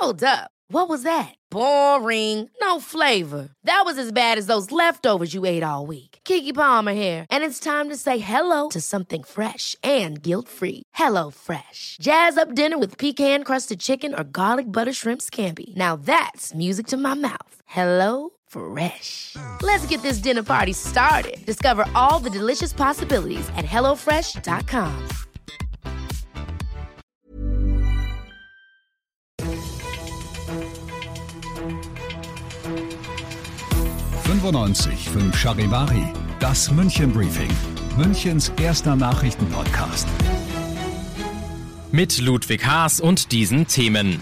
Hold up. What was that? Boring. No flavor. That was as bad as those leftovers you ate all week. Keke Palmer here. And it's time to say hello to something fresh and guilt-free. Hello Fresh. Jazz up dinner with pecan-crusted chicken or garlic butter shrimp scampi. Now that's music to my mouth. Hello Fresh. Let's get this dinner party started. Discover all the delicious possibilities at hellofresh.com. 95.5 Charivari, das München Briefing, Münchens erster Nachrichtenpodcast. Mit Ludwig Haas und diesen Themen.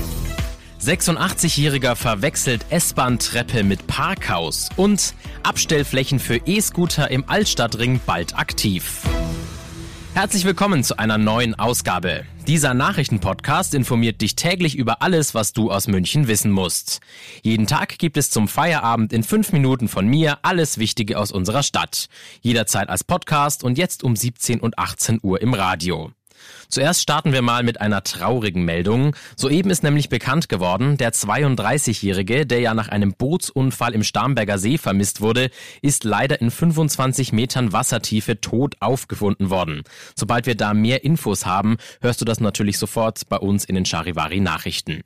86-Jähriger verwechselt S-Bahn-Treppe mit Parkhaus und Abstellflächen für E-Scooter im Altstadtring bald aktiv. Herzlich willkommen zu einer neuen Ausgabe. Dieser Nachrichtenpodcast informiert dich täglich über alles, was du aus München wissen musst. Jeden Tag gibt es zum Feierabend in 5 Minuten von mir alles Wichtige aus unserer Stadt. Jederzeit als Podcast und jetzt um 17 und 18 Uhr im Radio. Zuerst starten wir mal mit einer traurigen Meldung. Soeben ist nämlich bekannt geworden, der 32-Jährige, der ja nach einem Bootsunfall im Starnberger See vermisst wurde, ist leider in 25 Metern Wassertiefe tot aufgefunden worden. Sobald wir da mehr Infos haben, hörst du das natürlich sofort bei uns in den Charivari Nachrichten.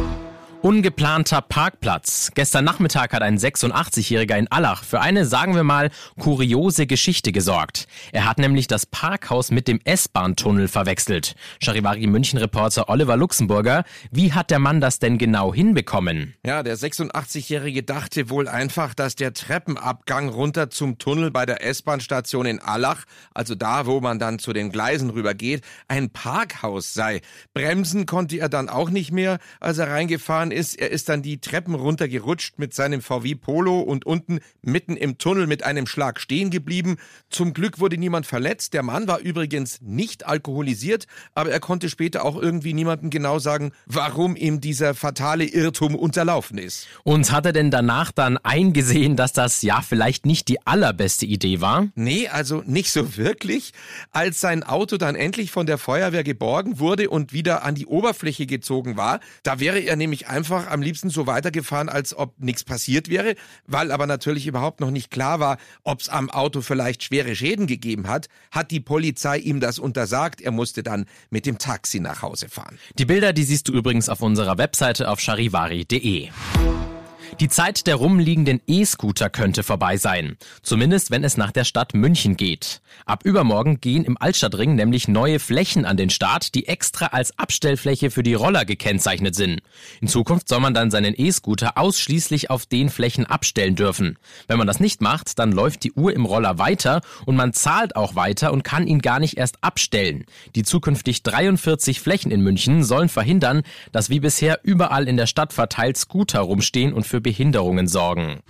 Ungeplanter Parkplatz. Gestern Nachmittag hat ein 86-Jähriger in Allach für eine, sagen wir mal, kuriose Geschichte gesorgt. Er hat nämlich das Parkhaus mit dem S-Bahn-Tunnel verwechselt. Charivari München-Reporter Oliver Luxemburger, wie hat der Mann das denn genau hinbekommen? Ja, der 86-Jährige dachte wohl einfach, dass der Treppenabgang runter zum Tunnel bei der S-Bahn-Station in Allach, also da, wo man dann zu den Gleisen rübergeht, ein Parkhaus sei. Bremsen konnte er dann auch nicht mehr, als er reingefahren ist. Er ist dann die Treppen runtergerutscht mit seinem VW Polo und unten mitten im Tunnel mit einem Schlag stehen geblieben. Zum Glück wurde niemand verletzt. Der Mann war übrigens nicht alkoholisiert, aber er konnte später auch irgendwie niemandem genau sagen, warum ihm dieser fatale Irrtum unterlaufen ist. Und hat er denn danach dann eingesehen, dass das ja vielleicht nicht die allerbeste Idee war? Nee, also nicht so wirklich. Als sein Auto dann endlich von der Feuerwehr geborgen wurde und wieder an die Oberfläche gezogen war, da wäre er nämlich einfach am liebsten so weitergefahren, als ob nichts passiert wäre, weil aber natürlich überhaupt noch nicht klar war, ob es am Auto vielleicht schwere Schäden gegeben hat, hat die Polizei ihm das untersagt. Er musste dann mit dem Taxi nach Hause fahren. Die Bilder, die siehst du übrigens auf unserer Webseite auf charivari.de. Die Zeit der rumliegenden E-Scooter könnte vorbei sein. Zumindest, wenn es nach der Stadt München geht. Ab übermorgen gehen im Altstadtring nämlich neue Flächen an den Start, die extra als Abstellfläche für die Roller gekennzeichnet sind. In Zukunft soll man dann seinen E-Scooter ausschließlich auf den Flächen abstellen dürfen. Wenn man das nicht macht, dann läuft die Uhr im Roller weiter und man zahlt auch weiter und kann ihn gar nicht erst abstellen. Die zukünftig 43 Flächen in München sollen verhindern, dass wie bisher überall in der Stadt verteilt Scooter rumstehen und für Behinderungen sorgen.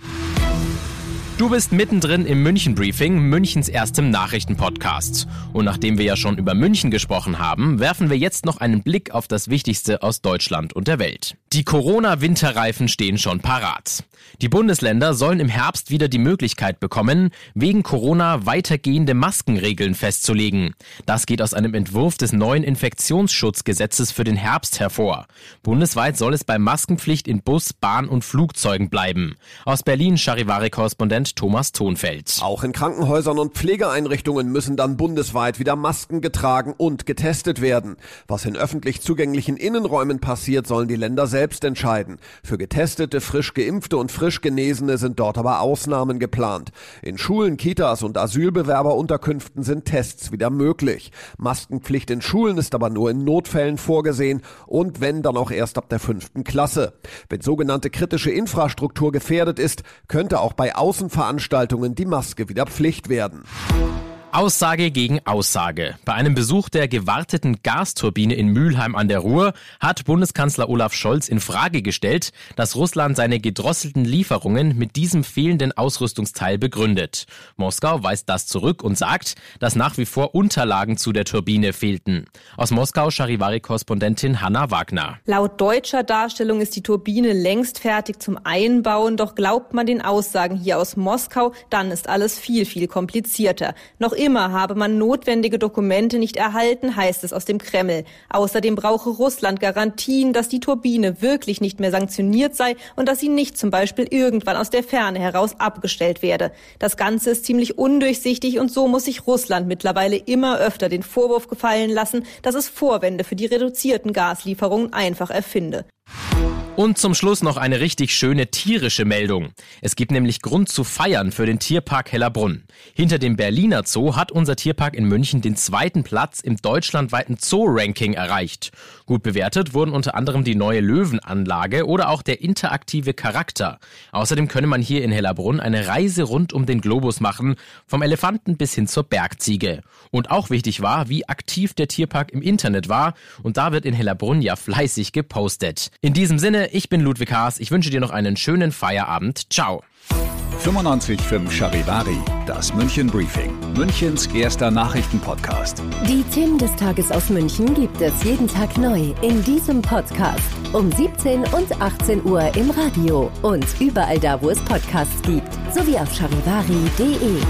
Du bist mittendrin im München-Briefing, Münchens erstem Nachrichtenpodcast. Und nachdem wir ja schon über München gesprochen haben, werfen wir jetzt noch einen Blick auf das Wichtigste aus Deutschland und der Welt. Die Corona-Winterreifen stehen schon parat. Die Bundesländer sollen im Herbst wieder die Möglichkeit bekommen, wegen Corona weitergehende Maskenregeln festzulegen. Das geht aus einem Entwurf des neuen Infektionsschutzgesetzes für den Herbst hervor. Bundesweit soll es bei Maskenpflicht in Bus, Bahn und Flugzeugen bleiben. Aus Berlin Charivari-Korrespondent Thomas Thonfeld. Auch in Krankenhäusern und Pflegeeinrichtungen müssen dann bundesweit wieder Masken getragen und getestet werden. Was in öffentlich zugänglichen Innenräumen passiert, sollen die Länder selbst entscheiden. Für Getestete, frisch Geimpfte und frisch Genesene sind dort aber Ausnahmen geplant. In Schulen, Kitas und Asylbewerberunterkünften sind Tests wieder möglich. Maskenpflicht in Schulen ist aber nur in Notfällen vorgesehen und wenn, dann auch erst ab der 5. Klasse. Wenn sogenannte kritische Infrastruktur gefährdet ist, könnte auch bei Außenveranstaltungen die Maske wieder Pflicht werden. Aussage gegen Aussage. Bei einem Besuch der gewarteten Gasturbine in Mülheim an der Ruhr hat Bundeskanzler Olaf Scholz in Frage gestellt, dass Russland seine gedrosselten Lieferungen mit diesem fehlenden Ausrüstungsteil begründet. Moskau weist das zurück und sagt, dass nach wie vor Unterlagen zu der Turbine fehlten. Aus Moskau Charivari-Korrespondentin Hanna Wagner. Laut deutscher Darstellung ist die Turbine längst fertig zum Einbauen, doch glaubt man den Aussagen hier aus Moskau, dann ist alles viel, viel komplizierter. Noch immer habe man notwendige Dokumente nicht erhalten, heißt es aus dem Kreml. Außerdem brauche Russland Garantien, dass die Turbine wirklich nicht mehr sanktioniert sei und dass sie nicht zum Beispiel irgendwann aus der Ferne heraus abgestellt werde. Das Ganze ist ziemlich undurchsichtig und so muss sich Russland mittlerweile immer öfter den Vorwurf gefallen lassen, dass es Vorwände für die reduzierten Gaslieferungen einfach erfinde. Und zum Schluss noch eine richtig schöne tierische Meldung. Es gibt nämlich Grund zu feiern für den Tierpark Hellerbrunn. Hinter dem Berliner Zoo hat unser Tierpark in München den 2. Platz im deutschlandweiten Zoo-Ranking erreicht. Gut bewertet wurden unter anderem die neue Löwenanlage oder auch der interaktive Charakter. Außerdem könne man hier in Hellerbrunn eine Reise rund um den Globus machen, vom Elefanten bis hin zur Bergziege. Und auch wichtig war, wie aktiv der Tierpark im Internet war. Und da wird in Hellerbrunn ja fleißig gepostet. In diesem Sinne, ich bin Ludwig Haas. Ich wünsche dir noch einen schönen Feierabend. Ciao. 95.5 Charivari, das München Briefing, Münchens erster Nachrichtenpodcast. Die Themen des Tages aus München gibt es jeden Tag neu in diesem Podcast. Um 17 und 18 Uhr im Radio und überall da, wo es Podcasts gibt. Sowie auf charivari.de.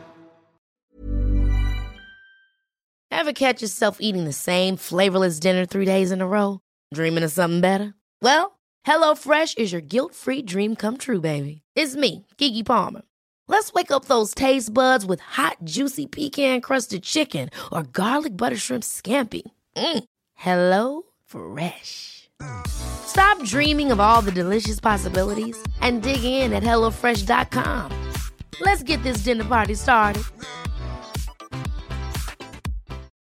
Ever catch yourself eating the same flavorless dinner 3 days in a row? Dreaming of something better? Well, HelloFresh is your guilt-free dream come true, baby. It's me, Keke Palmer. Let's wake up those taste buds with hot, juicy pecan-crusted chicken or garlic butter shrimp scampi. Hello Fresh. Stop dreaming of all the delicious possibilities and dig in at HelloFresh.com. Let's get this dinner party started.